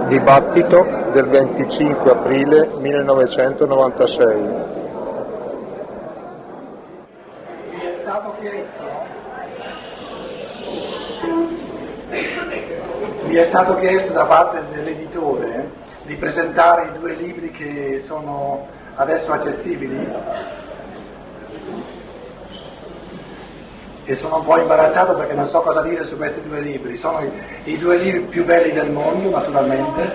Dibattito del 25 aprile 1996. Mi è stato chiesto da parte dell'editore di presentare i due libri che sono adesso accessibili e sono un po' imbarazzato perché non so cosa dire su questi due libri. Sono i due libri più belli del mondo, naturalmente.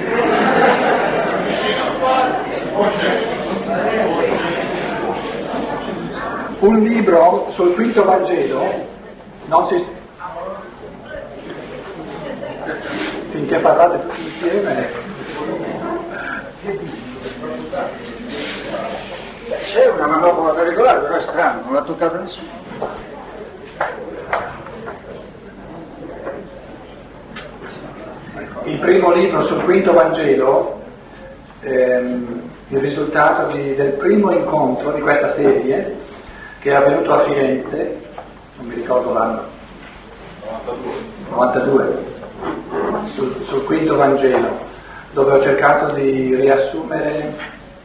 Un libro sul quinto Vangelo, non si... finché parlate tutti insieme. C'è una manopola regolare, però è strano, non l'ha toccata nessuno. Il primo libro sul quinto Vangelo, il risultato del primo incontro di questa serie che è avvenuto a Firenze, non mi ricordo l'anno, 92, sul quinto Vangelo, dove ho cercato di riassumere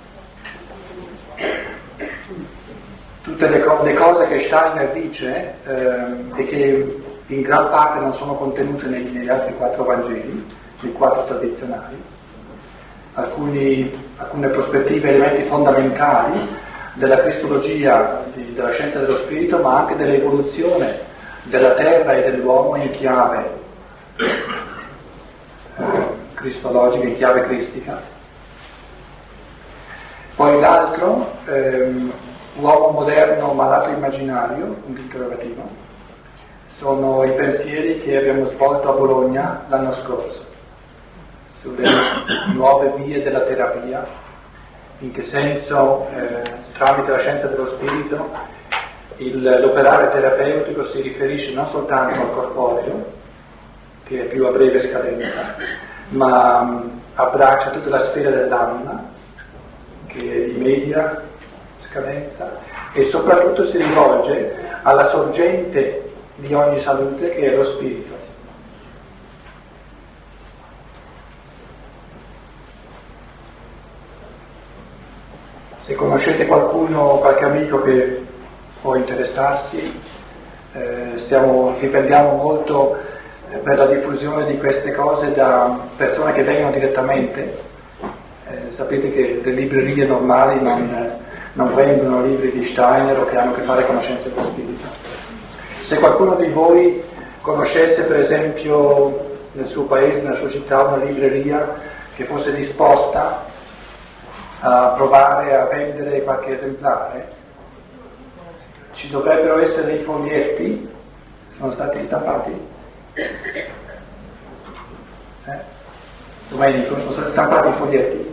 tutte le cose che Steiner dice e che in gran parte non sono contenute negli altri quattro Vangeli, nei quattro tradizionali, alcune prospettive, elementi fondamentali della cristologia, della scienza dello spirito, ma anche dell'evoluzione della terra e dell'uomo in chiave cristologica, in chiave cristica. Poi l'altro, uomo moderno malato immaginario, punto interrogativo, sono i pensieri che abbiamo svolto a Bologna l'anno scorso sulle nuove vie della terapia, in che senso tramite la scienza dello spirito l'operare terapeutico si riferisce non soltanto al corporeo, che è più a breve scadenza, ma abbraccia tutta la sfera dell'anima, che è di media scadenza, e soprattutto si rivolge alla sorgente di ogni salute, che è lo spirito. Se conoscete qualcuno, qualche amico che può interessarsi, dipendiamo molto per la diffusione di queste cose da persone che vengono direttamente. Sapete che le librerie normali non vendono libri di Steiner o che hanno a che fare con la scienza dello spirito. Se qualcuno di voi conoscesse, per esempio, nel suo paese, nella sua città, una libreria che fosse disposta a provare a vendere qualche esemplare, ci dovrebbero essere dei foglietti, sono stati stampati? Domenico, sono stati stampati i foglietti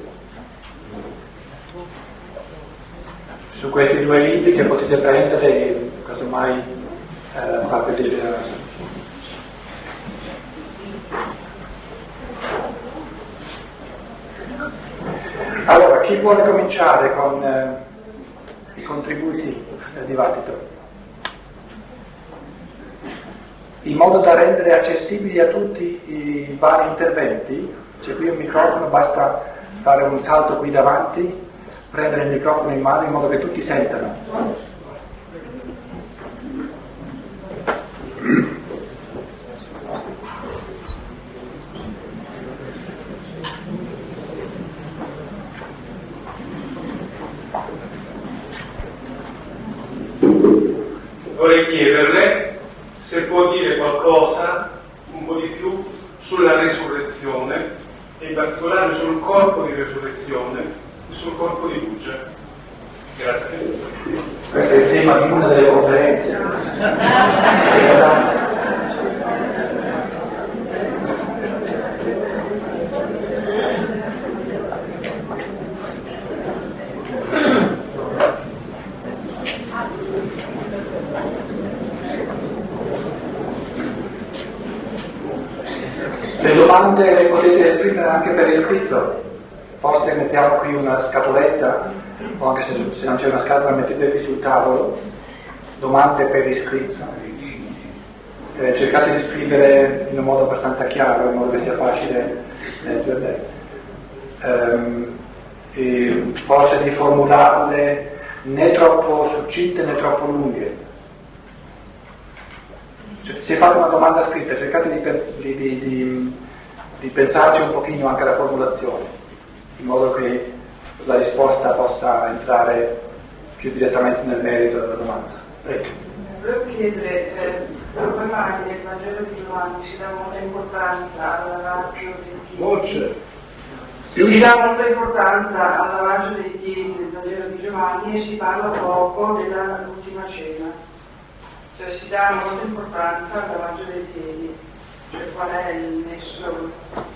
su questi due libri che potete prendere e casomai far vedere. Allora, chi vuole cominciare con i contributi del dibattito? In modo da rendere accessibili a tutti i vari interventi, c'è qui un microfono, basta fare un salto qui davanti, prendere il microfono in mano in modo che tutti sentano. Vorrei chiederle se può dire qualcosa un po' di più sulla resurrezione e in particolare sul corpo di resurrezione e sul corpo di luce. Grazie. Questo è il tema di una delle conferenze. Le domande le potete esprimere anche per iscritto, forse mettiamo qui una scatoletta, o anche se non c'è una scatola mettetevi sul tavolo, domande per iscritto. cercate di scrivere in un modo abbastanza chiaro, in modo che sia facile leggerle. E forse di formularle né troppo succinte né troppo lunghe. Cioè, se fate una domanda scritta, cercate di pensarci un pochino anche alla formulazione, in modo che la risposta possa entrare più direttamente nel merito della domanda. Prego. Volevo chiedere, come mai nel Vangelo di Giovanni si dà molta importanza al lavaggio dei piedi? Si dà molta importanza al lavaggio dei piedi nel Vangelo di Giovanni e si parla poco dell'ultima cena. Cioè si dà molta importanza al lavaggio dei piedi. Cioè qual è il nesso?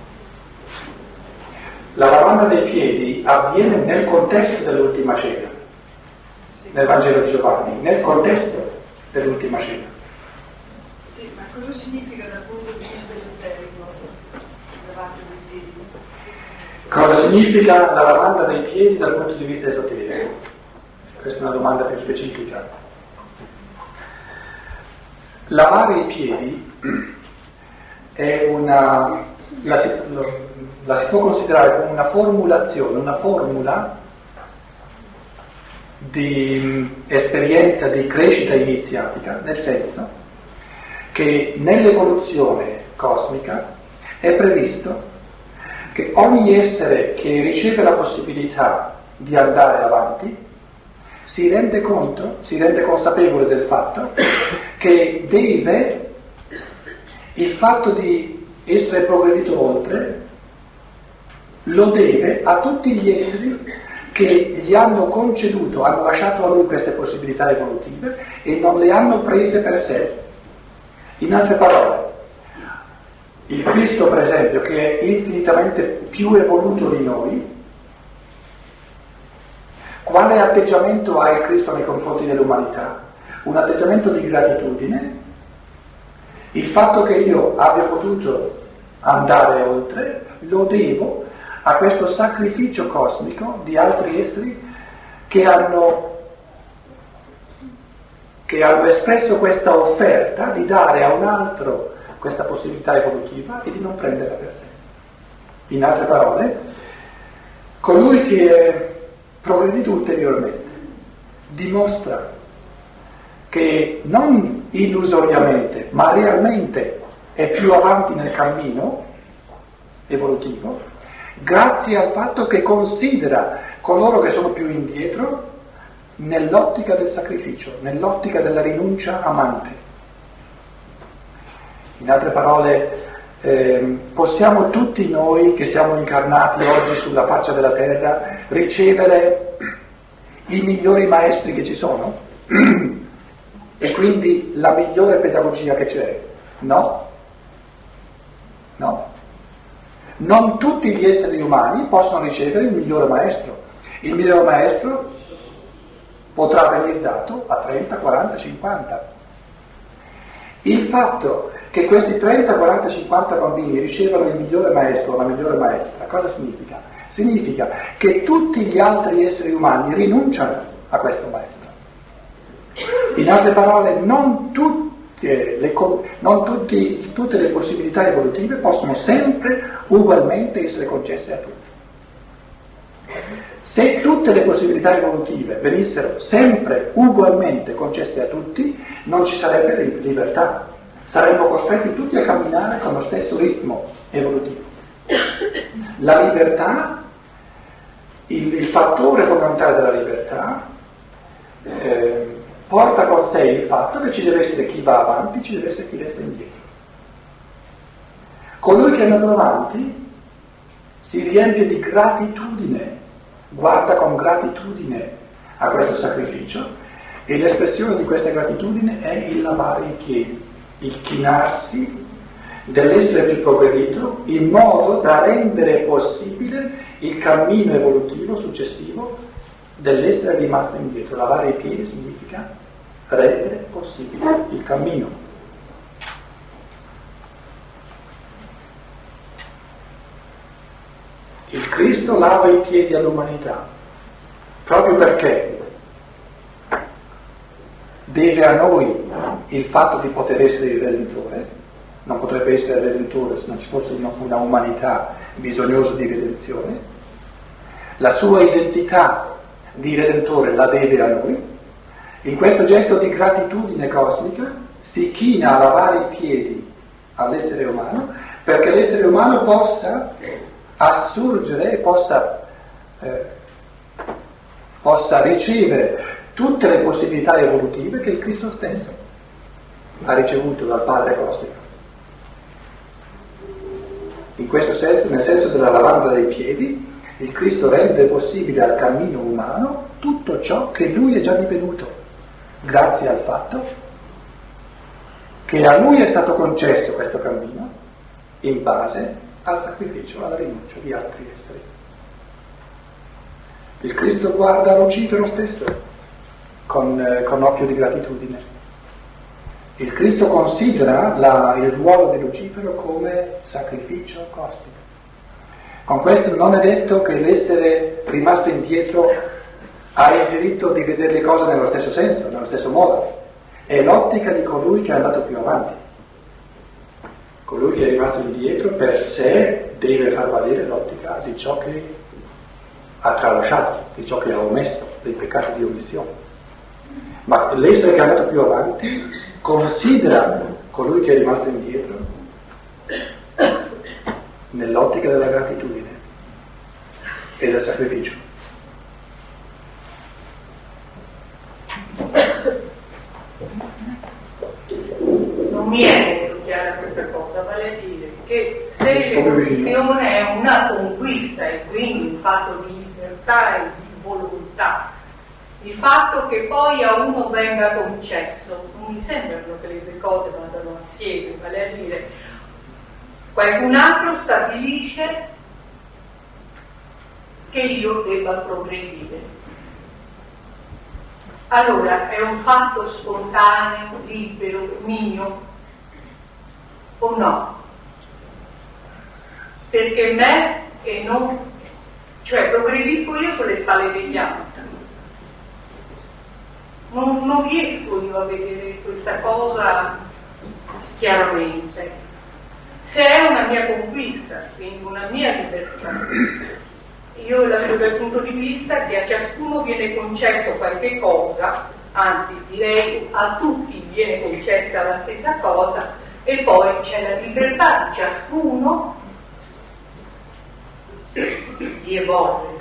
La lavanda dei piedi avviene nel contesto dell'ultima cena, sì. Nel Vangelo di Giovanni, nel contesto dell'ultima cena. Sì, ma cosa significa dal punto di vista esoterico il lavaggio dei piedi? Cosa significa la lavanda dei piedi dal punto di vista esoterico? Questa è una domanda più specifica. Lavare i piedi è la si può considerare come una formulazione, una formula di esperienza di crescita iniziatica, nel senso che nell'evoluzione cosmica è previsto che ogni essere che riceve la possibilità di andare avanti si rende consapevole del fatto che deve, il fatto di essere progredito oltre, lo deve a tutti gli esseri che gli hanno conceduto, hanno lasciato a lui queste possibilità evolutive e non le hanno prese per sé. In altre parole, il Cristo, per esempio, che è infinitamente più evoluto di noi, quale atteggiamento ha il Cristo nei confronti dell'umanità? Un atteggiamento di gratitudine. Il fatto che io abbia potuto andare oltre lo devo a questo sacrificio cosmico di altri esseri che hanno espresso questa offerta di dare a un altro questa possibilità evolutiva e di non prenderla per sé. In altre parole, colui che è progredito ulteriormente dimostra che non illusoriamente ma realmente è più avanti nel cammino evolutivo grazie al fatto che considera coloro che sono più indietro nell'ottica del sacrificio, nell'ottica della rinuncia amante. In altre parole, possiamo tutti noi che siamo incarnati oggi sulla faccia della terra ricevere i migliori maestri che ci sono? E quindi la migliore pedagogia che c'è? No. Non tutti gli esseri umani possono ricevere il migliore maestro. Il migliore maestro potrà venire dato a 30, 40, 50. Il fatto che questi 30, 40, 50 bambini ricevano il migliore maestro o la migliore maestra, cosa significa? Significa che tutti gli altri esseri umani rinunciano a questo maestro. In altre parole, non tutte le possibilità evolutive possono sempre ugualmente essere concesse a tutti. Se tutte le possibilità evolutive venissero sempre ugualmente concesse a tutti, non ci sarebbe libertà. Saremmo costretti tutti a camminare con lo stesso ritmo evolutivo. La libertà, il fattore fondamentale della libertà, porta con sé il fatto che ci deve essere chi va avanti, ci deve essere chi resta indietro. Colui che è andato avanti si riempie di gratitudine, guarda con gratitudine a questo sacrificio e l'espressione di questa gratitudine è il lavare i piedi, il chinarsi dell'essere più progredito in modo da rendere possibile il cammino evolutivo successivo dell'essere rimasto indietro. Lavare i piedi significa rendere possibile il cammino. Il Cristo lava i piedi all'umanità proprio perché deve a noi il fatto di poter essere il Redentore, non potrebbe essere il Redentore se non ci fosse una umanità bisognosa di redenzione, la sua identità di Redentore la deve a noi, in questo gesto di gratitudine cosmica si china a lavare i piedi all'essere umano perché l'essere umano possa assurgere e possa ricevere tutte le possibilità evolutive che il Cristo stesso ha ricevuto dal Padre cosmico. In questo senso, nel senso della lavanda dei piedi, il Cristo rende possibile al cammino umano tutto ciò che lui è già divenuto, grazie al fatto che a lui è stato concesso questo cammino in base al sacrificio, alla rinuncia di altri esseri. Il Cristo guarda Lucifero stesso con occhio di gratitudine. Il Cristo considera il ruolo di Lucifero come sacrificio cosmico. Con questo non è detto che l'essere rimasto indietro ha il diritto di vedere le cose nello stesso senso, nello stesso modo. È l'ottica di colui che è andato più avanti. Colui che è rimasto indietro per sé deve far valere l'ottica di ciò che ha tralasciato, di ciò che ha omesso, dei peccati di omissione. Ma l'essere che è andato più avanti considera colui che è rimasto indietro nell'ottica della gratitudine e del sacrificio. Non mi è molto chiara questa cosa, vale a dire che se l'evoluzione è una conquista e quindi un fatto di libertà e di volontà, il fatto che poi a uno venga concesso, non mi sembrano che le due cose vadano assieme, vale a dire qualcun altro stabilisce che io debba progredire. Allora è un fatto spontaneo, libero, mio o no? Perché me e non, cioè progredisco io sulle spalle degli altri. Non riesco io a vedere questa cosa chiaramente. Se è una mia conquista, quindi una mia libertà, io la vedo dal punto di vista che a ciascuno viene concesso qualche cosa, anzi direi a tutti viene concessa la stessa cosa, e poi c'è la libertà di ciascuno di evolvere.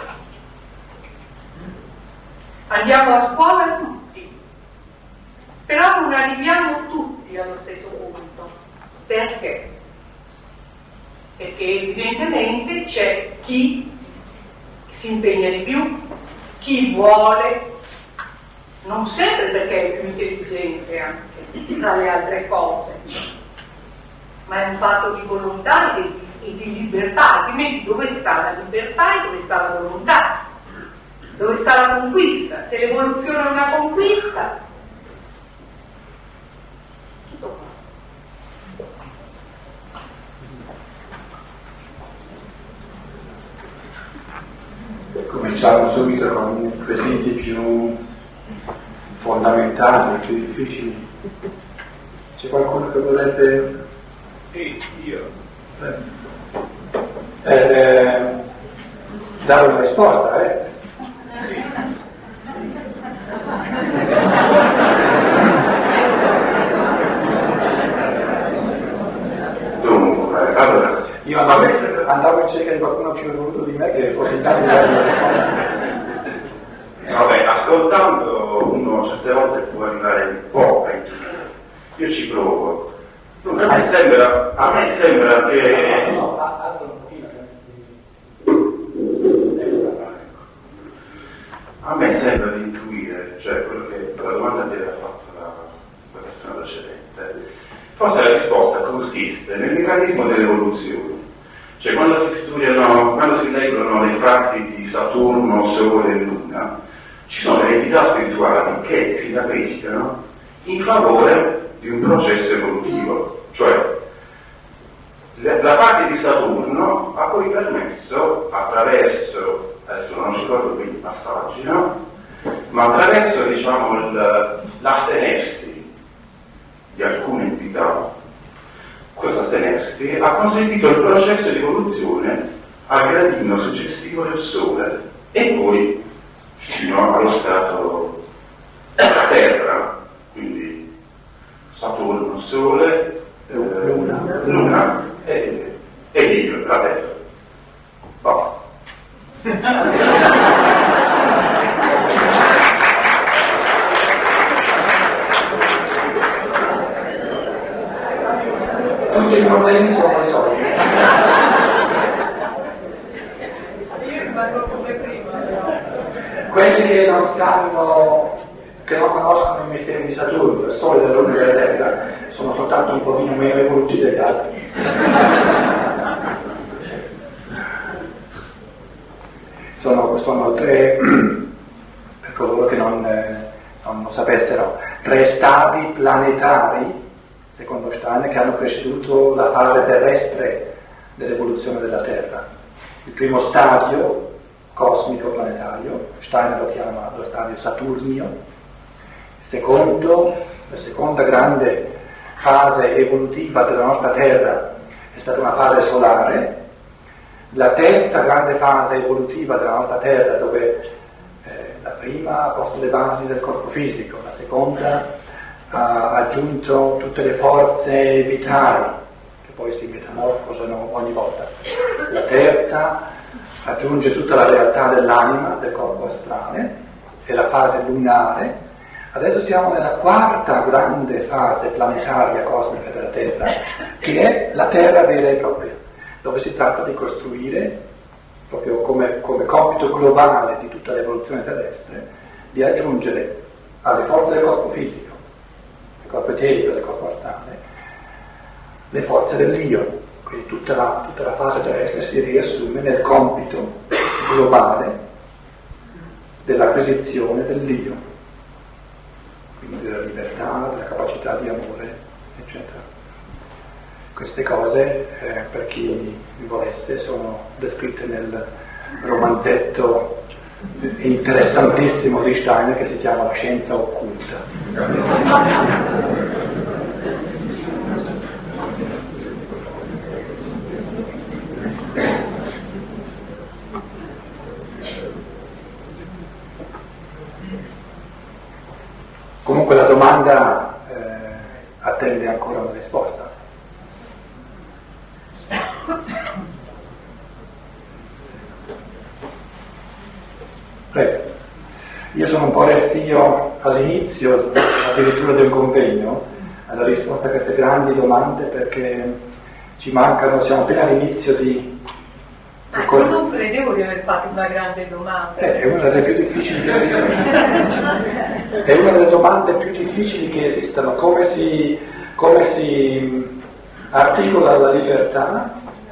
Andiamo a scuola tutti, però non arriviamo tutti allo stesso punto. Perché? Perché evidentemente c'è chi si impegna di più, chi vuole, non sempre perché è più intelligente anche tra le altre cose, ma è un fatto di volontà e di libertà, altrimenti dove sta la libertà e dove sta la volontà? Dove sta la conquista? Se l'evoluzione è una conquista, tutto qua. Cominciamo subito con i quesiti più fondamentali, più difficili. C'è qualcuno che vorrebbe? Sì, io. Dare una risposta, Dunque, allora, io andavo in cerca di qualcuno più evoluto di me che fosse in grado di dare una risposta. vabbè, ascoltando uno certe volte può arrivare un po' a intuire. Io ci provo. Dunque, a me sembra che... No, alza un pochino. A me sembra di intuire, cioè quello che la domanda che aveva fatto la persona precedente. Forse la risposta consiste nel meccanismo dell'evoluzione. Cioè quando si leggono le frasi di Saturno, Sole e Luna, ci sono delle entità spirituali che si sacrificano in favore di un processo evolutivo. Cioè la fase di Saturno ha poi permesso, attraverso, adesso non ricordo qui i passaggi, no? Ma attraverso, diciamo, l'astenersi di alcune entità, questo astenersi ha consentito il processo di evoluzione al gradino successivo del Sole e poi fino allo stato della Terra, quindi Saturno, Sole, Luna e Io, la Terra. Basta. Tutti i problemi sono risolti. Io rimango come prima, però. Quelli che non sanno, che non conoscono i misteri di Saturno, del Sole, della Luna e della Terra, sono soltanto un pochino meno evoluti degli altri. Sono tre, per coloro che non lo sapessero, tre stadi planetari, secondo Steiner, che hanno preceduto la fase terrestre dell'evoluzione della Terra. Il primo stadio cosmico planetario, Steiner lo chiama lo stadio saturnio. La seconda grande fase evolutiva della nostra Terra è stata una fase solare. La terza grande fase evolutiva della nostra Terra, dove la prima ha posto le basi del corpo fisico, la seconda ha aggiunto tutte le forze vitali, che poi si metamorfosano ogni volta. La terza aggiunge tutta la realtà dell'anima, del corpo astrale, e la fase lunare. Adesso siamo nella quarta grande fase planetaria cosmica della Terra, che è la Terra vera e propria, dove si tratta di costruire, proprio come compito globale di tutta l'evoluzione terrestre, di aggiungere alle forze del corpo fisico, del corpo eterico, del corpo astrale, le forze dell'io. Quindi tutta la fase terrestre si riassume nel compito globale dell'acquisizione dell'io, quindi della libertà, della capacità di amore, eccetera. Queste cose, per chi volesse, sono descritte nel romanzetto interessantissimo di Steiner che si chiama La scienza occulta. Comunque la domanda attende ancora una risposta. Prego. Io sono un po' restio all'inizio, addirittura di un convegno, alla risposta a queste grandi domande, perché ci mancano, siamo appena all'inizio di... Io non credevo di aver fatto una grande domanda. È una delle più difficili che esistono. È una delle domande più difficili che esistono. Come si articola la libertà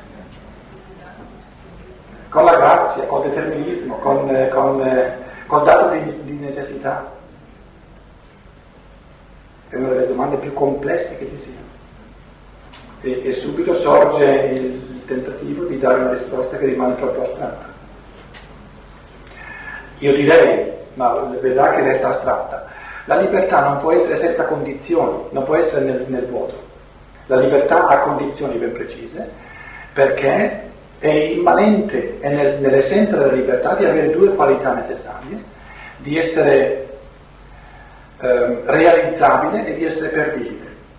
con la grazia, col determinismo, col dato di necessità. È una delle domande più complesse che ci siano. E subito sorge il tentativo di dare una risposta che rimane troppo astratta. Io direi, ma vedrà che resta astratta, la libertà non può essere senza condizioni, non può essere nel vuoto. La libertà ha condizioni ben precise, perché è immanente, è nell'essenza della libertà di avere due qualità necessarie, di essere realizzabile e di essere perdibile.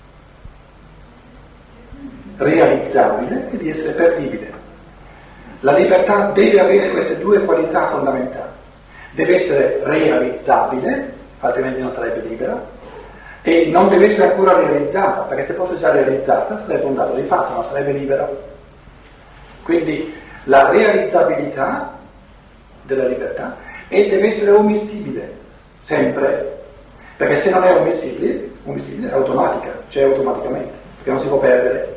Realizzabile e di essere perdibile. La libertà deve avere queste due qualità fondamentali. Deve essere realizzabile, altrimenti non sarebbe libera, e non deve essere ancora realizzata, perché se fosse già realizzata sarebbe un dato di fatto, non sarebbe libera. Quindi la realizzabilità della libertà e deve essere ommissibile, sempre, perché se non è ommissibile è automatica, c'è automaticamente, perché non si può perdere.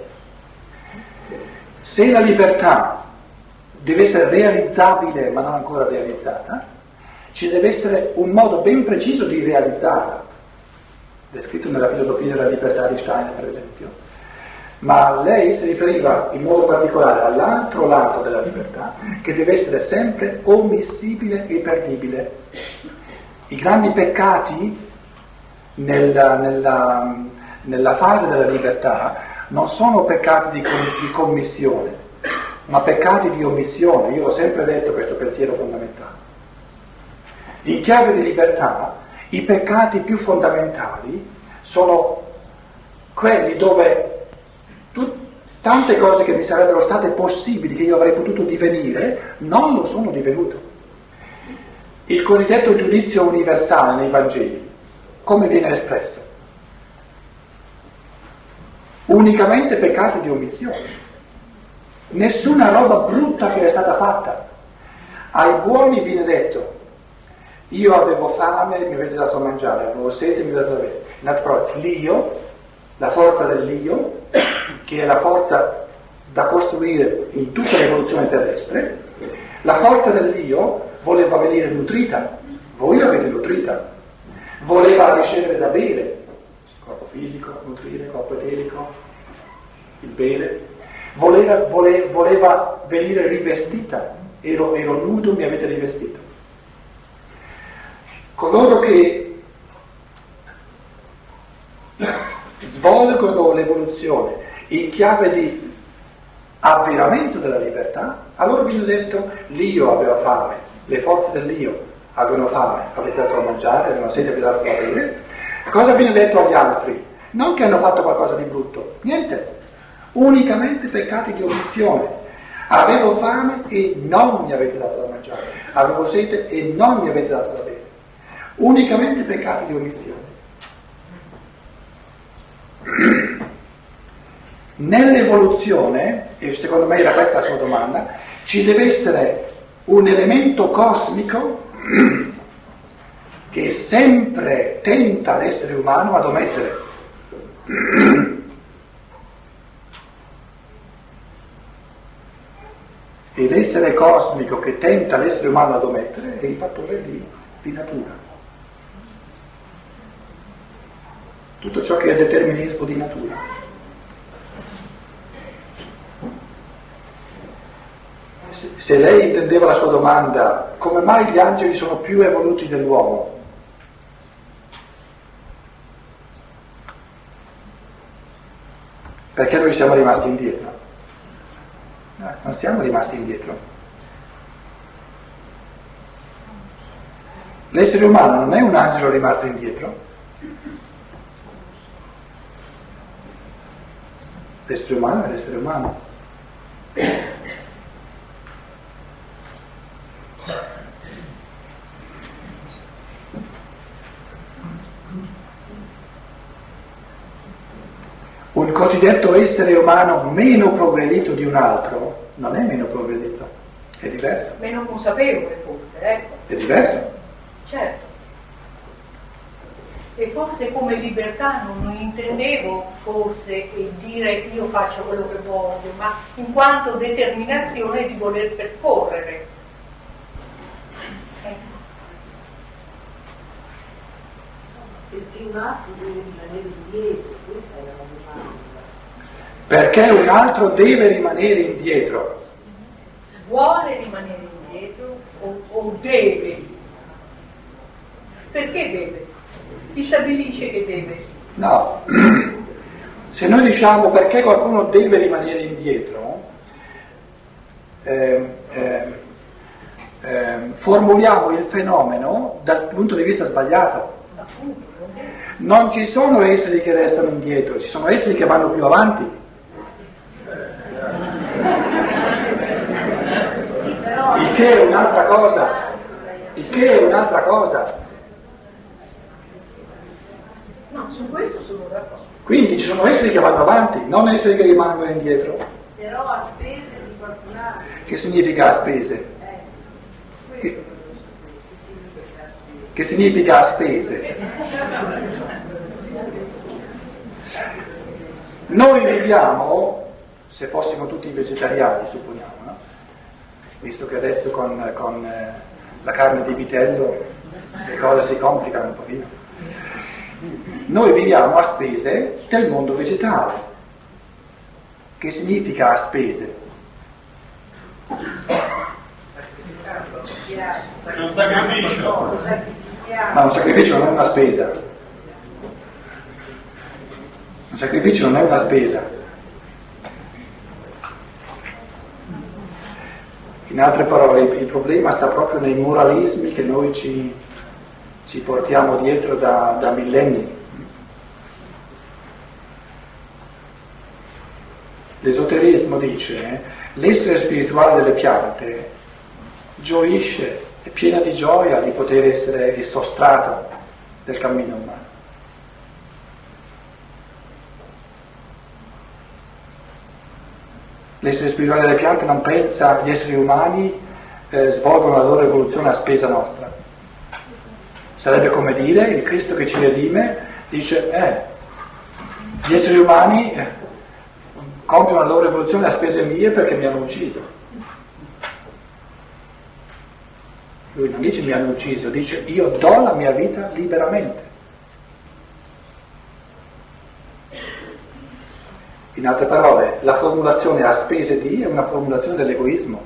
Se la libertà deve essere realizzabile ma non ancora realizzata, ci deve essere un modo ben preciso di realizzarla, descritto nella filosofia della libertà di Steiner per esempio, ma lei si riferiva in modo particolare all'altro lato della libertà, che deve essere sempre ommissibile e perdibile. I grandi peccati nel nella fase della libertà non sono peccati di commissione, ma peccati di omissione. Io ho sempre detto questo pensiero fondamentale. In chiave di libertà, i peccati più fondamentali sono quelli dove tante cose che mi sarebbero state possibili, che io avrei potuto divenire, non lo sono divenuto. Il cosiddetto giudizio universale nei Vangeli, come viene espresso? Unicamente peccati di omissione. Nessuna roba brutta che è stata fatta. Ai buoni viene detto: io avevo fame, mi avete dato da mangiare, avevo sete, mi avete dato da bere. In altre parole, l'io, la forza dell'io, che è la forza da costruire in tutta l'evoluzione terrestre, la forza dell'io voleva venire nutrita, voi l'avete nutrita, voleva ricevere da bere, corpo fisico, nutrire, corpo eterico, il bere, voleva venire rivestita, ero nudo, mi avete rivestito. Coloro che svolgono l'evoluzione in chiave di avveramento della libertà, allora viene detto: l'io aveva fame, le forze dell'io avevano fame, avete dato da mangiare, avevano sete, avete dato da bere. Cosa viene detto agli altri? Non che hanno fatto qualcosa di brutto, niente, unicamente peccati di omissione. Avevo fame e non mi avete dato da mangiare, avevo sete e non mi avete dato da bere. Unicamente peccati di omissione. Nell'evoluzione, e secondo me era questa la sua domanda, ci deve essere un elemento cosmico che sempre tenta l'essere umano ad omettere. E l'essere cosmico che tenta l'essere umano ad omettere è il fattore di natura. Tutto ciò che è determinismo di natura. Se lei intendeva la sua domanda, come mai gli angeli sono più evoluti dell'uomo? Perché noi siamo rimasti indietro? Non siamo rimasti indietro. L'essere umano non è un angelo rimasto indietro. L'essere umano è l'essere umano. Un cosiddetto essere umano meno progredito di un altro non è meno progredito, è diverso. Meno consapevole forse, ecco. È diverso. Certo. E forse come libertà non intendevo forse dire io faccio quello che voglio, ma in quanto determinazione di voler percorrere. Ecco. Perché un altro deve rimanere indietro, questa è la domanda. Perché un altro deve rimanere indietro? Vuole rimanere indietro o deve? Perché deve? Chi stabilisce che deve? No, se noi diciamo perché qualcuno deve rimanere indietro, formuliamo il fenomeno dal punto di vista sbagliato. Non ci sono esseri che restano indietro, ci sono esseri che vanno più avanti. Il che è un'altra cosa. Il che è un'altra cosa. No, su questo sono d'accordo. Quindi ci sono esseri che vanno avanti, non esseri che rimangono indietro. Però a spese di qualcun altro. Che significa a spese? Che significa a spese? Noi viviamo, se fossimo tutti vegetariani, supponiamo, no? Visto che adesso con la carne di vitello le cose si complicano un pochino. Noi viviamo a spese del mondo vegetale. Che significa a spese? È un sacrificio. Ma un sacrificio non è una spesa. sacrificio non è una spesa. In altre parole, il problema sta proprio nei moralismi che noi ci portiamo dietro da millenni. L'esoterismo dice l'essere spirituale delle piante gioisce, è piena di gioia di poter essere il sostrato del cammino umano. L'essere spirituale delle piante non pensa gli esseri umani svolgono la loro evoluzione a spesa nostra. Sarebbe come dire, il Cristo che ci redime dice gli esseri umani compiono la loro evoluzione a spese mie perché mi hanno ucciso. Lui non dice mi hanno ucciso, dice io do la mia vita liberamente. In altre parole, la formulazione a spese di è una formulazione dell'egoismo.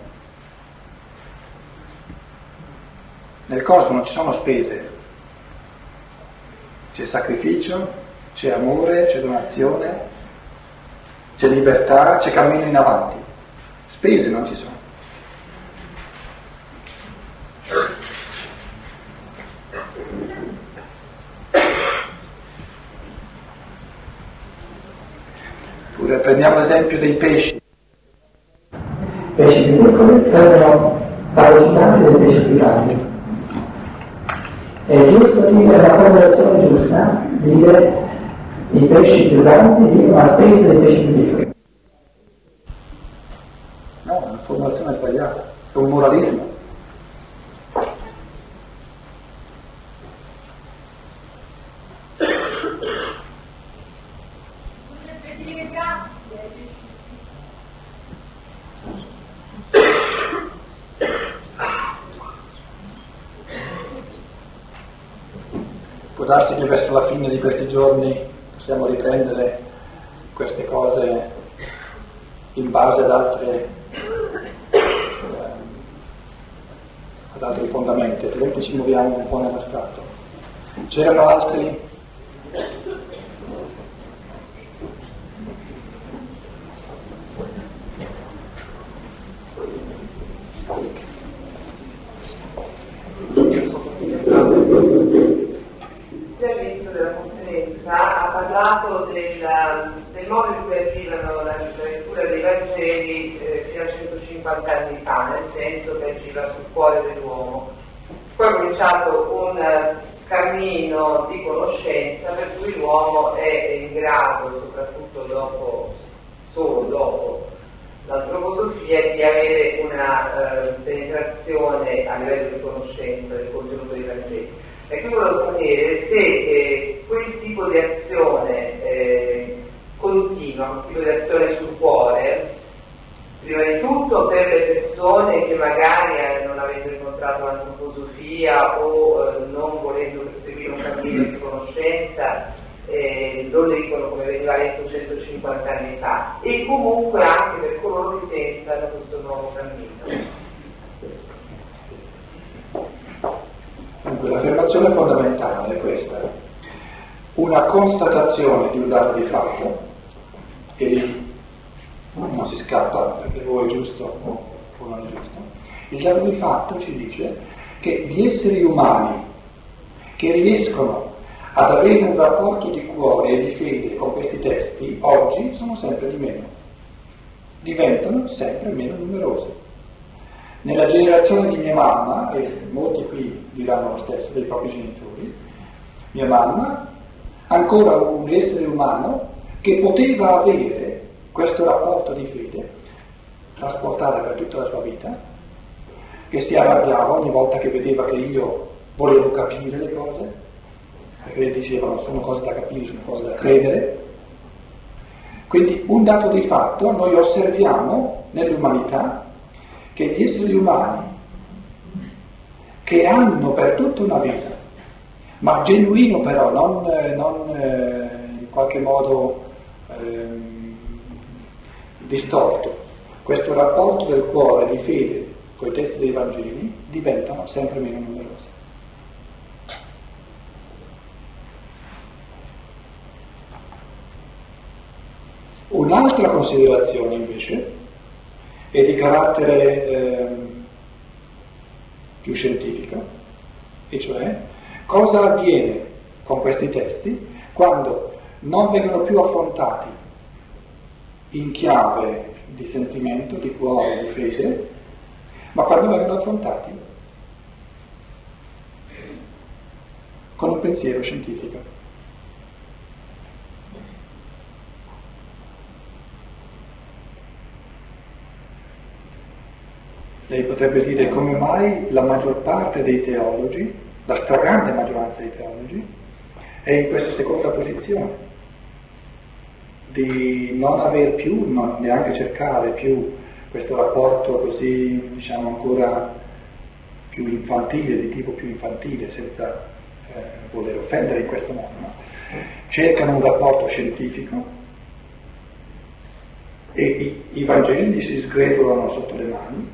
Nel cosmo non ci sono spese, c'è sacrificio, c'è amore, c'è donazione, c'è libertà, c'è cammino in avanti. Spese non ci sono. Pure prendiamo l'esempio dei pesci. I pesci più piccoli vengono paragginati dai pesci più grandi. È giusto dire la formulazione giusta, dire i pesci più grandi vivono a spese dei pesci più piccoli. No, è una formulazione sbagliata, è un moralismo. Può darsi che verso la fine di questi giorni possiamo riprendere queste cose in base ad altri fondamenti, altrimenti ci muoviamo un po' nello stato. C'erano altri? All'inizio della conferenza ha parlato del modo in cui agivano la lettura dei Vangeli fino a 150 anni fa, nel senso che agiva sul cuore dell'uomo. Poi è cominciato un cammino di conoscenza per cui l'uomo è in grado, soprattutto solo dopo l'antroposofia, di avere una penetrazione a livello di conoscenza del contenuto dei Vangeli. E qui volevo sapere se quel tipo di azione continua, un tipo di azione sul cuore, prima di tutto per le persone che magari non avendo incontrato l'antroposofia o non volendo perseguire un cammino di conoscenza, lo leggono come veniva letto 150 anni fa, e comunque anche per coloro che tentano questo nuovo cammino. Dunque, l'affermazione fondamentale è questa: una constatazione di un dato di fatto, e lì non si scappa perché o è giusto o non è giusto. Il dato di fatto ci dice che gli esseri umani che riescono ad avere un rapporto di cuore e di fede con questi testi oggi sono sempre di meno, diventano sempre meno numerosi. Nella generazione di mia mamma, e molti qui diranno lo stesso dei propri genitori, mia mamma, ancora un essere umano che poteva avere questo rapporto di fede, trasportare per tutta la sua vita, che si arrabbiava ogni volta che vedeva che io volevo capire le cose, perché le dicevano sono cose da capire, sono cose da credere. Quindi un dato di fatto, noi osserviamo nell'umanità che gli esseri umani che hanno per tutta una vita, ma genuino però, non in qualche modo distorto, questo rapporto del cuore di fede con i testi dei Vangeli, diventano sempre meno numerosi. Un'altra considerazione invece è di carattere più scientifico, e cioè cosa avviene con questi testi quando non vengono più affrontati in chiave di sentimento, di cuore, di fede, ma quando vengono affrontati con un pensiero scientifico. Lei potrebbe dire come mai la maggior parte dei teologi, la stragrande maggioranza dei teologi, è in questa seconda posizione, di non aver più, neanche cercare più questo rapporto così, diciamo, ancora più infantile, di tipo più infantile, senza voler offendere in questo modo, no? Cercano un rapporto scientifico e i Vangeli gli si sgretolano sotto le mani.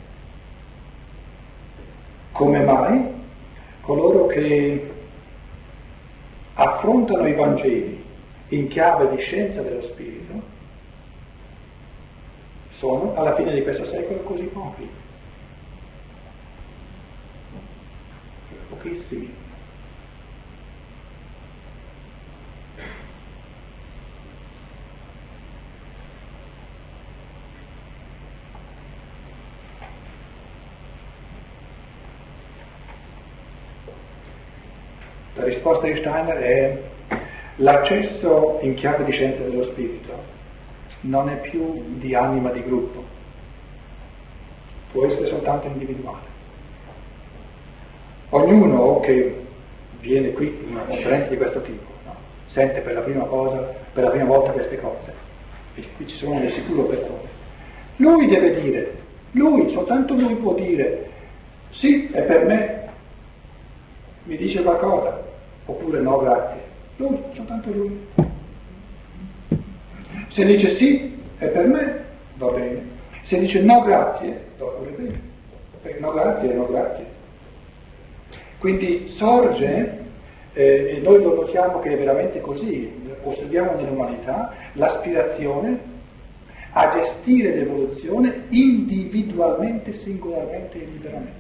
Come mai coloro che affrontano i Vangeli in chiave di scienza dello spirito sono alla fine di questo secolo così pochi? Pochissimi. La risposta di Steiner è: l'accesso in chiave di scienza dello spirito non è più di anima di gruppo, può essere soltanto individuale. Ognuno che viene qui in una conferenza di questo tipo, no? Sente per la prima volta queste cose, e qui ci sono di sicuro persone. Lui deve dire, soltanto lui può dire sì, è per me, mi dice qualcosa, oppure no, grazie. Lui, soltanto lui. Se dice sì, è per me, va bene. Se dice no, grazie, va pure bene. Perché no, grazie è no, grazie. Quindi sorge, e noi lo notiamo che è veramente così, osserviamo nell'umanità, l'aspirazione a gestire l'evoluzione individualmente, singolarmente e liberamente.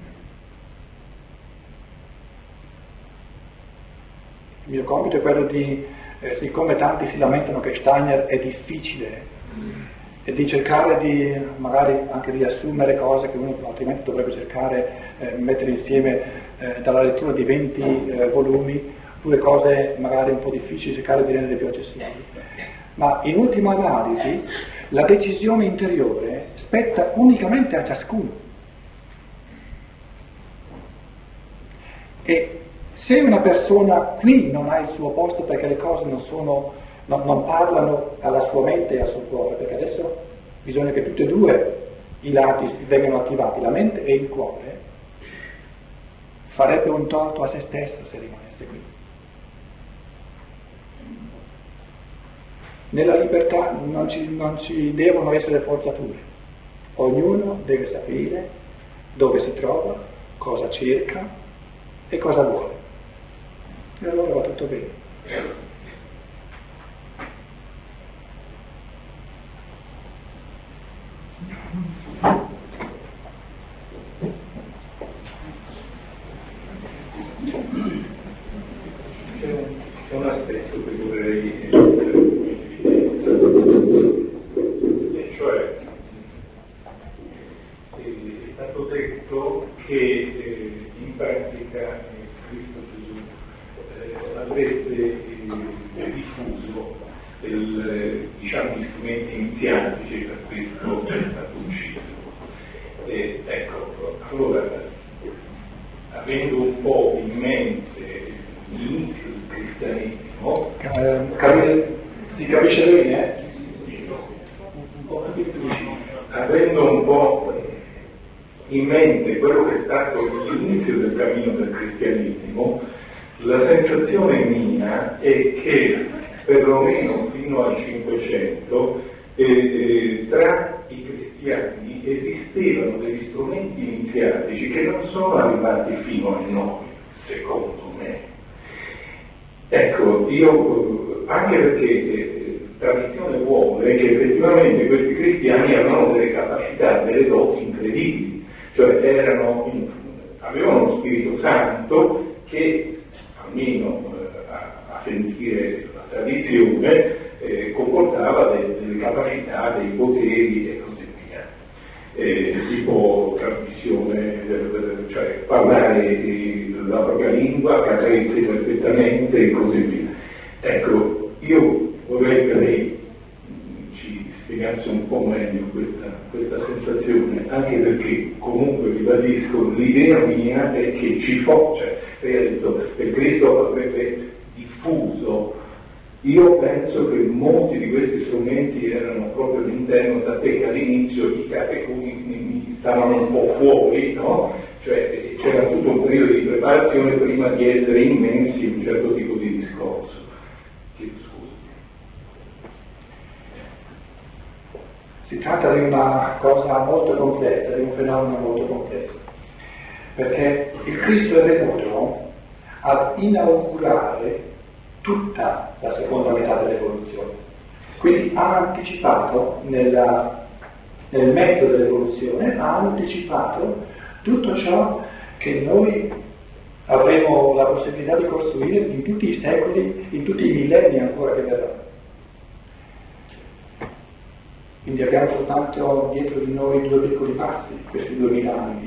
Il mio compito è quello di, siccome tanti si lamentano che Steiner è difficile, e di cercare di, magari anche di assumere cose che uno altrimenti dovrebbe cercare, mettere insieme dalla lettura di 20 volumi, oppure cose magari un po' difficili, cercare di rendere più accessibili. Ma in ultima analisi la decisione interiore spetta unicamente a ciascuno. E se una persona qui non ha il suo posto perché le cose non parlano alla sua mente e al suo cuore, perché adesso bisogna che tutti e due i lati vengano attivati, la mente e il cuore, farebbe un torto a se stesso se rimanesse qui. Nella libertà non ci devono essere forzature, ognuno deve sapere dove si trova, cosa cerca e cosa vuole. E allora va tutto bene. C'è un aspetto che vorrei mettere in evidenza, e cioè è stato detto che in pratica Cristo Gesù avrebbe diffuso gli strumenti iniziatici per questo è stato ucciso. Ecco, allora, avendo un po' in mente l'inizio del cristianesimo, si capisce bene? Un po' più vicino, avendo un po' in mente quello che è stato l'inizio del cammino del cristianesimo, la sensazione mia è che perlomeno fino al 500 tra i cristiani esistevano degli strumenti iniziatici che non sono arrivati fino a noi, secondo me. Ecco, io anche perché tradizione vuole che effettivamente questi cristiani avevano delle capacità, delle doti incredibili, cioè avevano lo Spirito Santo che, almeno a sentire la tradizione, comportava delle capacità, dei poteri e così via, tipo trasmissione, cioè parlare la propria lingua, capirsi perfettamente e così via. Ecco, io vorrei che lei ci spiegasse un po' meglio questa sensazione, anche perché comunque ribadisco, l'idea mia è che ci fosse, lei ha detto che Cristo avrebbe diffuso. Io penso che molti di questi strumenti erano proprio all'interno, da te che all'inizio i catecumi stavano un po' fuori, no? Cioè c'era tutto un periodo di preparazione prima di essere immensi in un certo tipo di discorso. Si tratta di una cosa molto complessa, di un fenomeno molto complesso, perché il Cristo è venuto ad inaugurare tutta la seconda metà dell'evoluzione, quindi ha anticipato nel mezzo dell'evoluzione, ha anticipato tutto ciò che noi avremo la possibilità di costruire in tutti i secoli, in tutti i millenni ancora che verranno. Quindi abbiamo soltanto dietro di noi 2 piccoli passi, questi 2000 anni.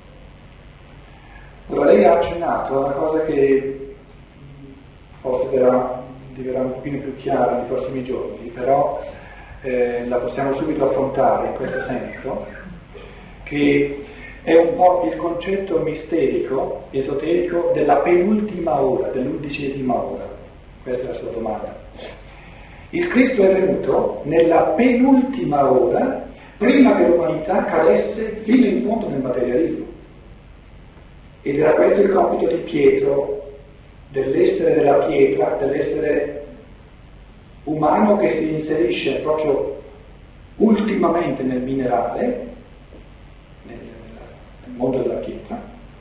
Ora lei ha accennato a una cosa che forse diverrà un pochino più chiara nei prossimi giorni, però la possiamo subito affrontare in questo senso, che è un po' il concetto misterico, esoterico della penultima ora, dell'11ª ora. Questa è la sua domanda. Il Cristo è venuto nella penultima ora, prima che l'umanità cadesse fino in fondo nel materialismo. Ed era questo il compito di Pietro, dell'essere della pietra, dell'essere umano che si inserisce proprio ultimamente nel minerale, nel mondo della pietra.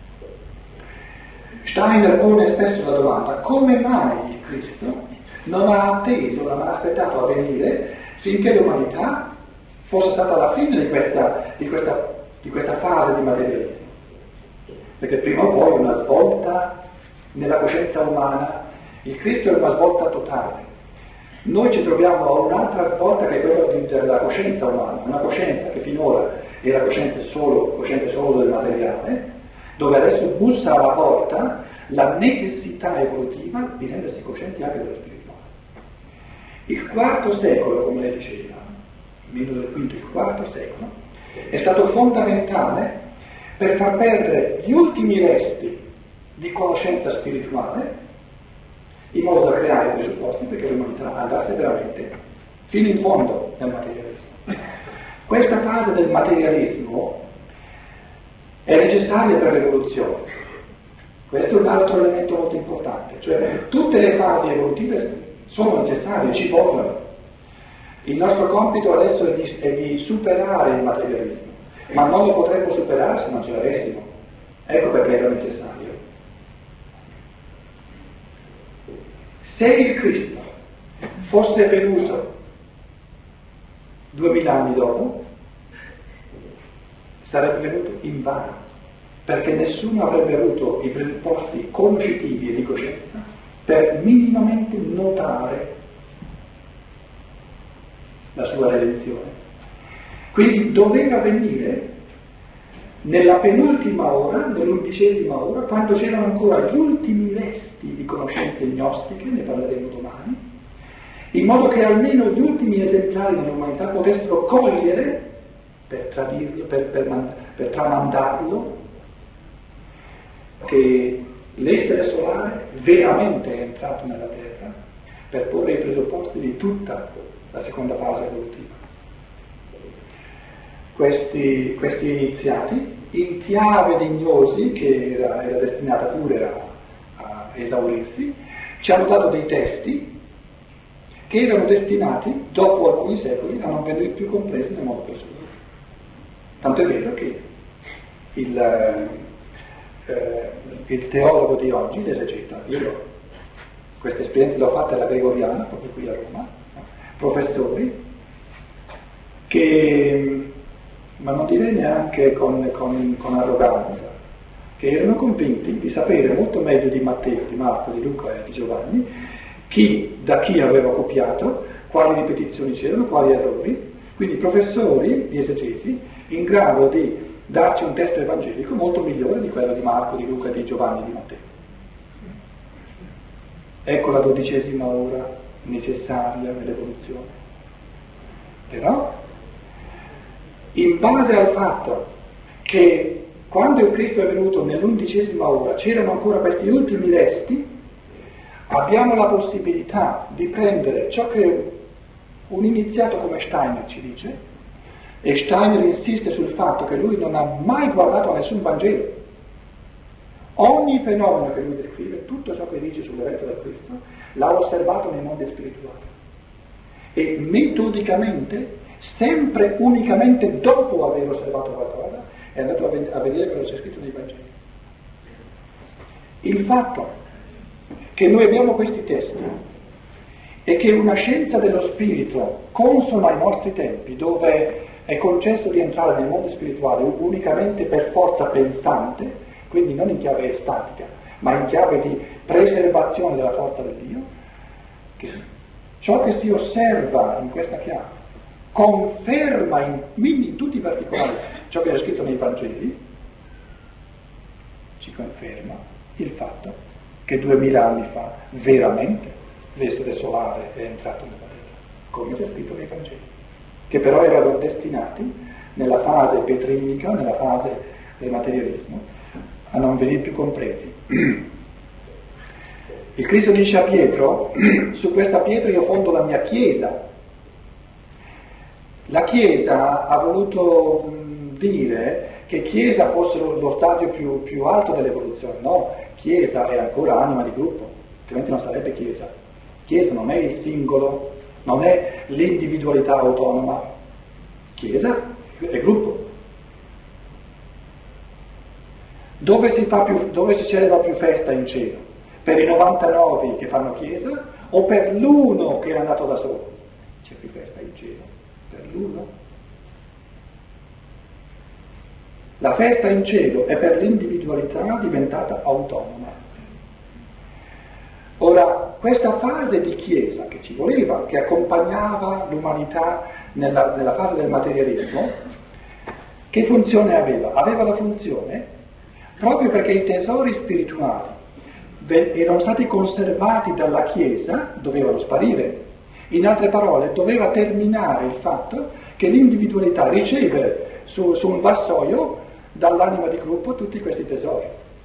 Steiner pone spesso la domanda: come mai il Cristo non ha atteso, non ha aspettato a venire finché l'umanità fosse stata alla fine di questa fase di materialismo? Perché prima o poi una svolta nella coscienza umana, il Cristo è una svolta totale. Noi ci troviamo a un'altra svolta che è quella della coscienza umana, una coscienza che finora era cosciente solo del materiale, dove adesso bussa alla porta la necessità evolutiva di rendersi coscienti anche dello spirituale. Il IV secolo, come lei diceva, meno del V, il IV secolo, è stato fondamentale per far perdere gli ultimi resti di conoscenza spirituale, in modo da creare i presupposti perché l'umanità andasse veramente fino in fondo nel materialismo. Questa fase del materialismo è necessaria per l'evoluzione. Questo è un altro elemento molto importante, cioè tutte le fasi evolutive sono necessarie, ci vogliono. Il nostro compito adesso è di superare il materialismo, ma non lo potremmo superare se non ce l'avessimo. Ecco perché era necessario. Se il Cristo fosse venuto 2000 anni dopo, sarebbe venuto invano, perché nessuno avrebbe avuto i presupposti conoscitivi e di coscienza per minimamente notare la sua redenzione. Quindi doveva venire nella penultima ora, nell'11ª ora, quando c'erano ancora gli ultimi resti di conoscenze gnostiche, ne parleremo domani, in modo che almeno gli ultimi esemplari dell'umanità potessero cogliere, per tradirlo, per tramandarlo, che l'essere solare veramente è entrato nella Terra per porre i presupposti di tutta la seconda fase evolutiva. Questi iniziati, in chiave di gnosi, che era destinata pure a esaurirsi, ci hanno dato dei testi che erano destinati, dopo alcuni secoli, a non venire più compresi nel modo più assoluto. Tanto è vero che il teologo di oggi, l'esegeta, io questa esperienza l'ho fatta alla Gregoriana, proprio qui a Roma, professori che, ma non direi neanche con arroganza, che erano convinti di sapere molto meglio di Matteo, di Marco, di Luca e di Giovanni da chi aveva copiato, quali ripetizioni c'erano, quali errori, quindi professori di esegesi in grado di darci un testo evangelico molto migliore di quello di Marco, di Luca, di Giovanni e di Matteo. Ecco la 12ª ora necessaria nell'evoluzione. Però, in base al fatto che quando il Cristo è venuto nell'11ª ora c'erano ancora questi ultimi resti, abbiamo la possibilità di prendere ciò che un iniziato come Steiner ci dice, e Steiner insiste sul fatto che lui non ha mai guardato a nessun Vangelo. Ogni fenomeno che lui descrive, tutto ciò che dice sull'evento del Cristo, l'ha osservato nei mondi spirituali. E metodicamente, sempre unicamente dopo aver osservato qualcosa, è andato a vedere cosa c'è scritto nei Vangeli. Il fatto che noi abbiamo questi testi e che una scienza dello spirito consona ai nostri tempi, dove è concesso di entrare nei mondi spirituali unicamente per forza pensante, quindi non in chiave estatica, ma in chiave di preservazione della forza del Dio, che ciò che si osserva in questa chiave conferma in tutti i particolari ciò che è scritto nei Vangeli, ci conferma il fatto che 2000 anni fa veramente l'essere solare è entrato nella Terra, come c'è scritto nei Vangeli, che però erano destinati nella fase petrinica, nella fase del materialismo, a non venire più compresi. Il Cristo dice a Pietro: su questa pietra io fondo la mia Chiesa. La Chiesa ha voluto dire che Chiesa fosse lo stadio più alto dell'evoluzione. No, Chiesa è ancora anima di gruppo, altrimenti non sarebbe Chiesa. Chiesa non è il singolo, non è l'individualità autonoma. Chiesa è gruppo. Dove si celebra più festa in cielo? Per i 99 che fanno Chiesa o per l'uno che è andato da solo? C'è più festa in cielo per l'uno. La festa in cielo è per l'individualità diventata autonoma. Ora, questa fase di Chiesa che ci voleva, che accompagnava l'umanità nella fase del materialismo, che funzione aveva? Aveva la funzione, proprio perché i tesori spirituali erano stati conservati dalla Chiesa, dovevano sparire. In altre parole, doveva terminare il fatto che l'individualità riceve su un vassoio dall'anima di gruppo tutti questi tesori.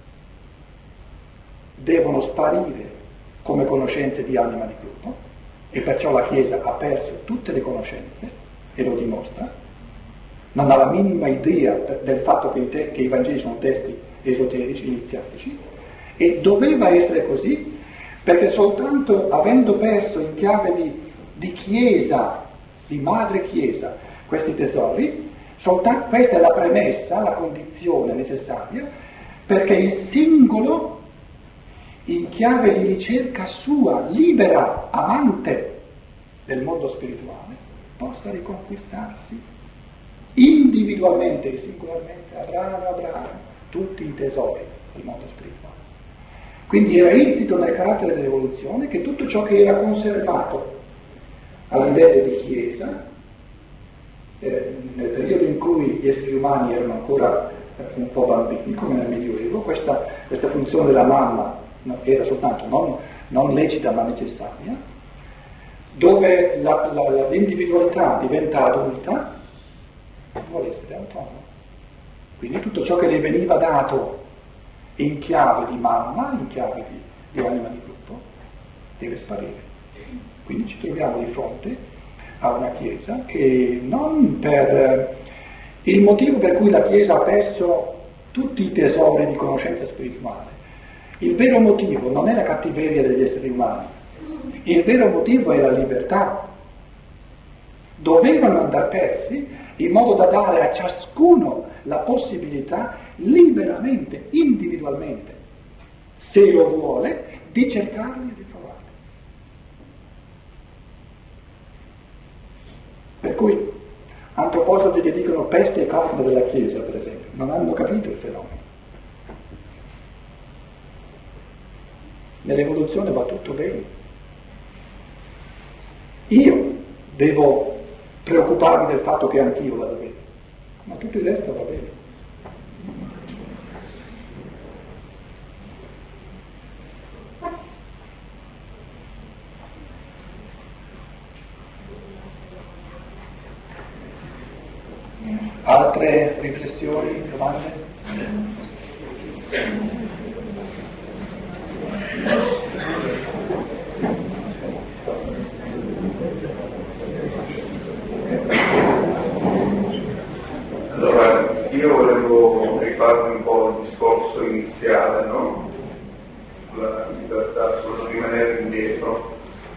Devono sparire come conoscenze di anima di gruppo, e perciò la Chiesa ha perso tutte le conoscenze, e lo dimostra. Non ha la minima idea del fatto che i Vangeli sono testi esoterici, iniziatici, e doveva essere così, perché soltanto avendo perso in chiave di Chiesa, di madre Chiesa, questi tesori, questa è la premessa, la condizione necessaria perché il singolo, in chiave di ricerca sua, libera, amante del mondo spirituale, possa riconquistarsi individualmente e singolarmente, a brano, tutti i tesori del mondo spirituale. Quindi era insito nel carattere dell'evoluzione che tutto ciò che era conservato a livello di Chiesa, nel periodo in cui gli esseri umani erano ancora un po' bambini, come nel Medioevo, questa funzione della mamma era soltanto non lecita ma necessaria, dove l'individualità diventa adulta, vuole essere autonoma. Quindi tutto ciò che le veniva dato in chiave di mamma, in chiave di anima di gruppo, deve sparire. Quindi ci troviamo di fronte a una Chiesa che non per il motivo per cui la Chiesa ha perso tutti i tesori di conoscenza spirituale. Il vero motivo non è la cattiveria degli esseri umani, il vero motivo è la libertà. Dovevano andare persi in modo da dare a ciascuno la possibilità liberamente, individualmente, se lo vuole, di cercarli e di trovarli. Per cui antroposofi che dicono peste e caos della Chiesa, per esempio, non hanno capito il fenomeno. Nell'evoluzione va tutto bene. Io devo preoccuparmi del fatto che anch'io vado bene, ma tutto il resto va bene. Altre riflessioni, domande? Allora, io volevo rifarmi un po' il discorso iniziale, no? Sulla libertà, sul rimanere indietro,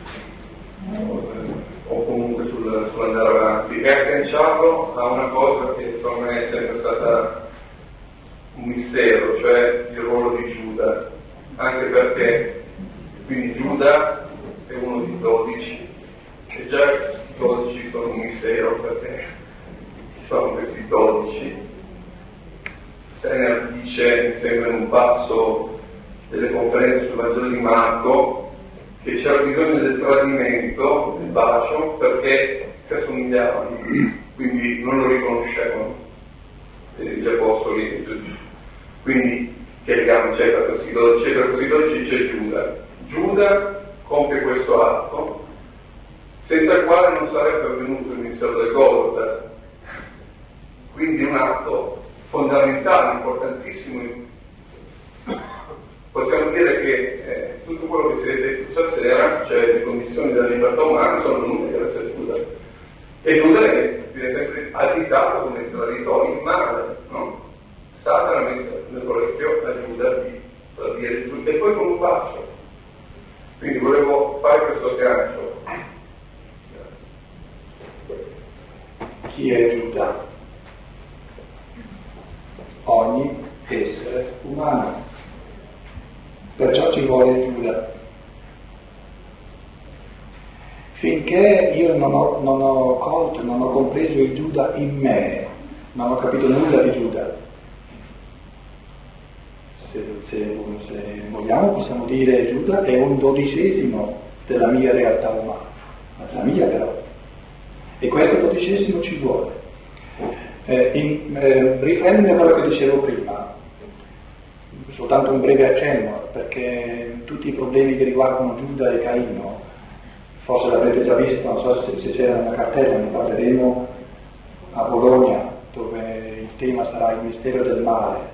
o comunque sull'andare avanti, e agganciato a una cosa che per me è sempre stata un mistero, cioè il ruolo di Giuda, anche perché quindi Giuda è uno di 12, e già i 12 sono un mistero, perché sono questi 12. Steiner dice, mi sembra in un passo delle conferenze sul Vangelo di Marco, che c'era bisogno del tradimento, del bacio, perché si assomigliavano, quindi non lo riconoscevano gli apostoli. Quindi che legame c'è tra questi 12? Tra questi 12 c'è Giuda. Giuda compie questo atto, senza il quale non sarebbe avvenuto il mistero del Golgota. Quindi un atto fondamentale, importantissimo. Possiamo dire che tutto quello che si è detto stasera, cioè le condizioni della libertà umana, sono venute grazie a Giuda. E Giuda viene sempre additato come il traditore, il male, no? Satana ha messo nell'orecchio a Giuda di tradire Gesù, e poi con un bacio. Quindi volevo fare questo aggancio. Chi è Giuda? Ogni essere umano. Perciò ci vuole Giuda. Finché io non ho colto, non ho compreso il Giuda in me, non ho capito nulla di Giuda. Se vogliamo possiamo dire Giuda è un 12° della mia realtà umana, la mia però. E questo 12° ci vuole. Rifermi a quello che dicevo prima, soltanto un breve accenno, perché tutti i problemi che riguardano Giuda e Caino, forse l'avrete già visto, non so se c'era una cartella, ne parleremo a Bologna, dove il tema sarà il mistero del male.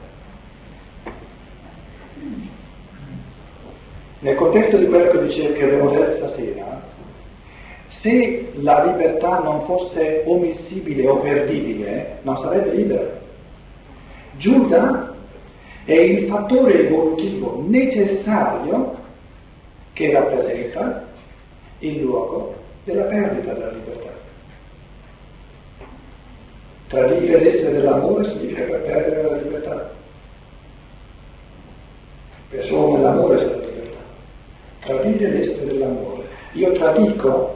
Nel contesto di quello che abbiamo detto stasera, se la libertà non fosse omissibile o perdibile, non sarebbe libera. Giuda è il fattore evolutivo necessario che rappresenta il luogo della perdita della libertà. Tradire l'essere dell'amore significa perdere la libertà. Per solo nell'amore c'è la libertà. Tradire l'essere dell'amore. Io tradisco,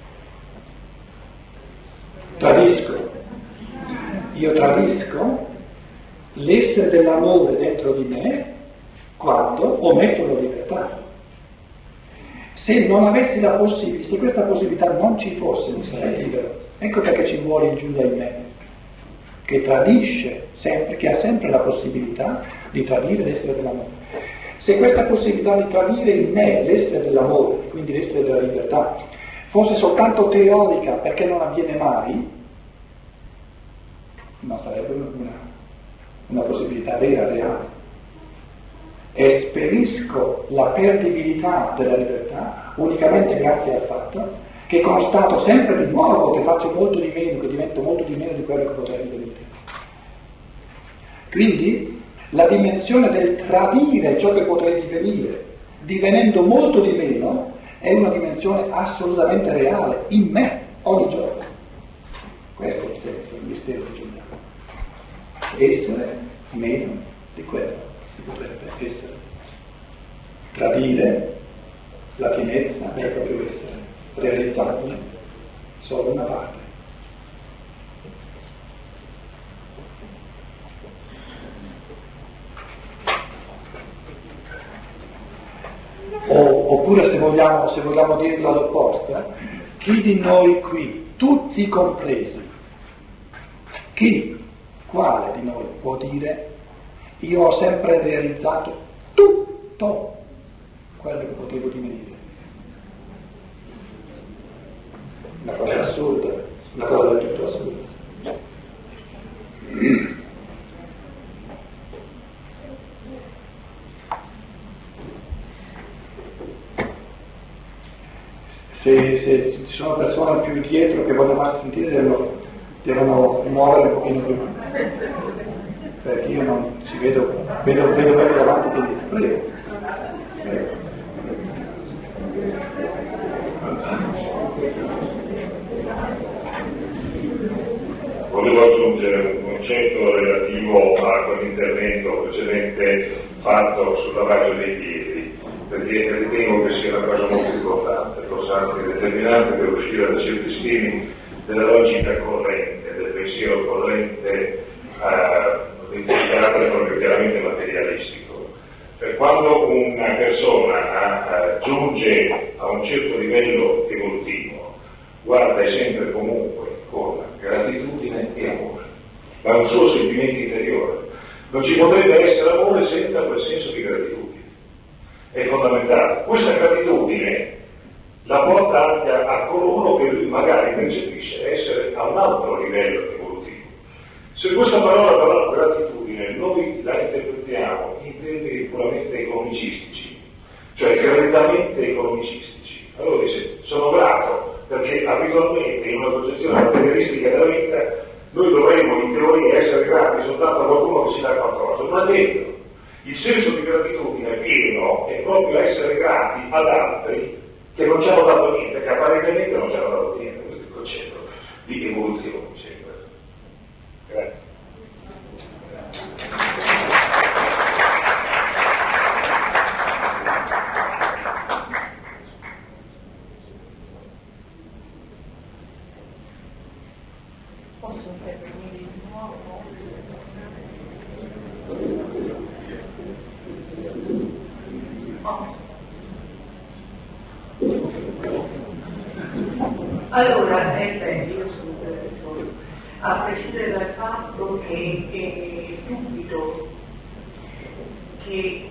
l'essere dell'amore dentro di me quando ometto la libertà. Se non avessi la possibilità, se questa possibilità non ci fosse, non sarei libero. Ecco perché ci vuole il Giuda in me, che tradisce sempre, che ha sempre la possibilità di tradire l'essere dell'amore. Se questa possibilità di tradire in me l'essere dell'amore, quindi l'essere della libertà, fosse soltanto teorica perché non avviene mai, non sarebbe una possibilità vera, reale. Esperisco la perdibilità della libertà unicamente grazie al fatto che constato sempre di nuovo che faccio molto di meno, che divento molto di meno di quello che potrei divenire. Quindi la dimensione del tradire ciò che potrei divenire, divenendo molto di meno, è una dimensione assolutamente reale, in me, ogni giorno. Questo è il senso, il mistero di Giuda. Essere meno di quello che si potrebbe essere. Tradire la pienezza del proprio essere, realizzarne solo una parte. Oppure se vogliamo dirlo all'opposto, chi di noi qui, tutti compresi, quale di noi può dire io ho sempre realizzato tutto quello che potevo divenire? Una cosa assurda, una cosa del tutto assurda. Se ci sono persone più dietro che vogliono farsi sentire devono muovere un pochino prima, perché io non ci vedo bene davanti che dietro. Prego. Volevo aggiungere un concetto relativo a quell'intervento precedente fatto sul lavaggio dei piedi, perché ritengo che sia una cosa molto importante, forse anzi determinante per uscire da certi schemi della logica corrente, del pensiero corrente di carattere proprio chiaramente materialistico. Quando una persona giunge a un certo livello evolutivo, guarda sempre e comunque con gratitudine e amore, ma è un suo sentimento interiore. Non ci potrebbe essere amore senza quel senso di gratitudine. È fondamentale. Questa gratitudine la porta anche a coloro che lui magari percepisce essere a un altro livello evolutivo. Se questa parola però gratitudine noi la interpretiamo in termini puramente economicistici, cioè correttamente economicistici, allora dice sono grato perché abitualmente in una concezione materialistica della vita noi dovremmo in teoria essere grati soltanto a qualcuno che ci dà qualcosa, ma dentro il senso di gratitudine pieno è proprio essere grati ad altri che non ci hanno dato niente, che apparentemente non ci hanno dato niente. Questo è il concetto di evoluzione, mi sembra. Grazie. Posso intervenire di nuovo? Allora, è bello, io sono professore, a prescindere dal fatto che dubito che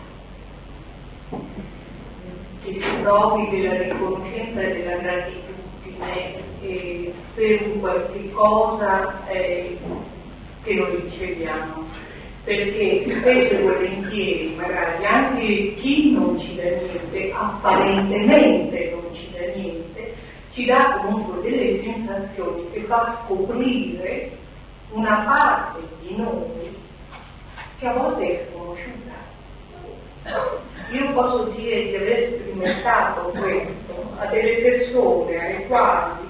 si provi della riconoscenza e della gratitudine per un qualche cosa che noi riceviamo, perché spesso e volentieri magari anche chi non ci dà niente, apparentemente non ci dà niente, ci dà comunque delle sensazioni che fa scoprire una parte di noi che a volte è sconosciuta. Io posso dire di aver sperimentato questo a delle persone alle quali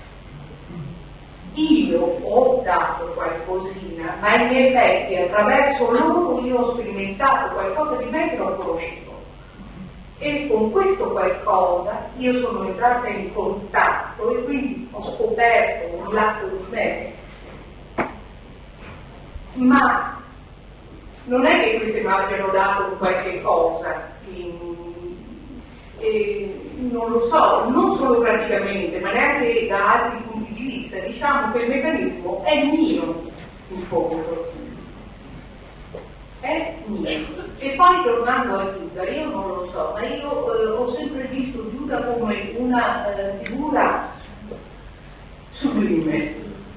io ho dato qualcosina, ma in effetti attraverso loro io ho sperimentato qualcosa di me che non conoscevo. E con questo qualcosa io sono entrata in contatto e quindi ho scoperto un lato di me. Ma non è che queste mi abbiano dato qualche cosa, non lo so, non solo praticamente, ma neanche da altri punti di vista. Diciamo che il meccanismo è mio, in fondo. È mio. E poi tornando a Giuda, io non lo so, ma io ho sempre visto Giuda come una figura sublime.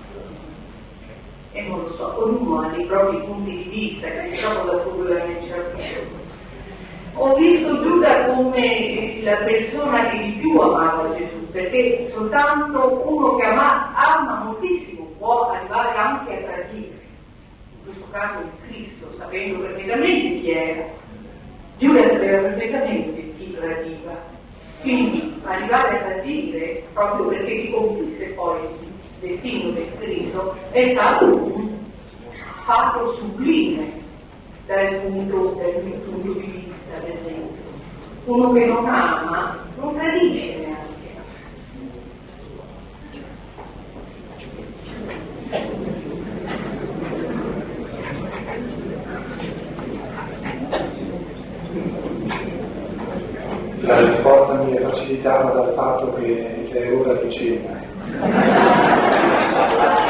E non lo so, ognuno ha dei propri punti di vista, che diciamo da punto della mia. Ho visto Giuda come la persona che di più amava Gesù, perché soltanto uno che ama moltissimo può arrivare anche a tradire, in questo caso il Cristo, sapendo perfettamente chi era. Giuda sapeva perfettamente chi tradiva, quindi arrivare a tradire, proprio perché si compisse poi il destino del Cristo, è stato un fatto sublime dal punto di vista. Ad esempio, uno che non ama non tradisce neanche. La risposta mi è facilitata dal fatto che è ora di cena.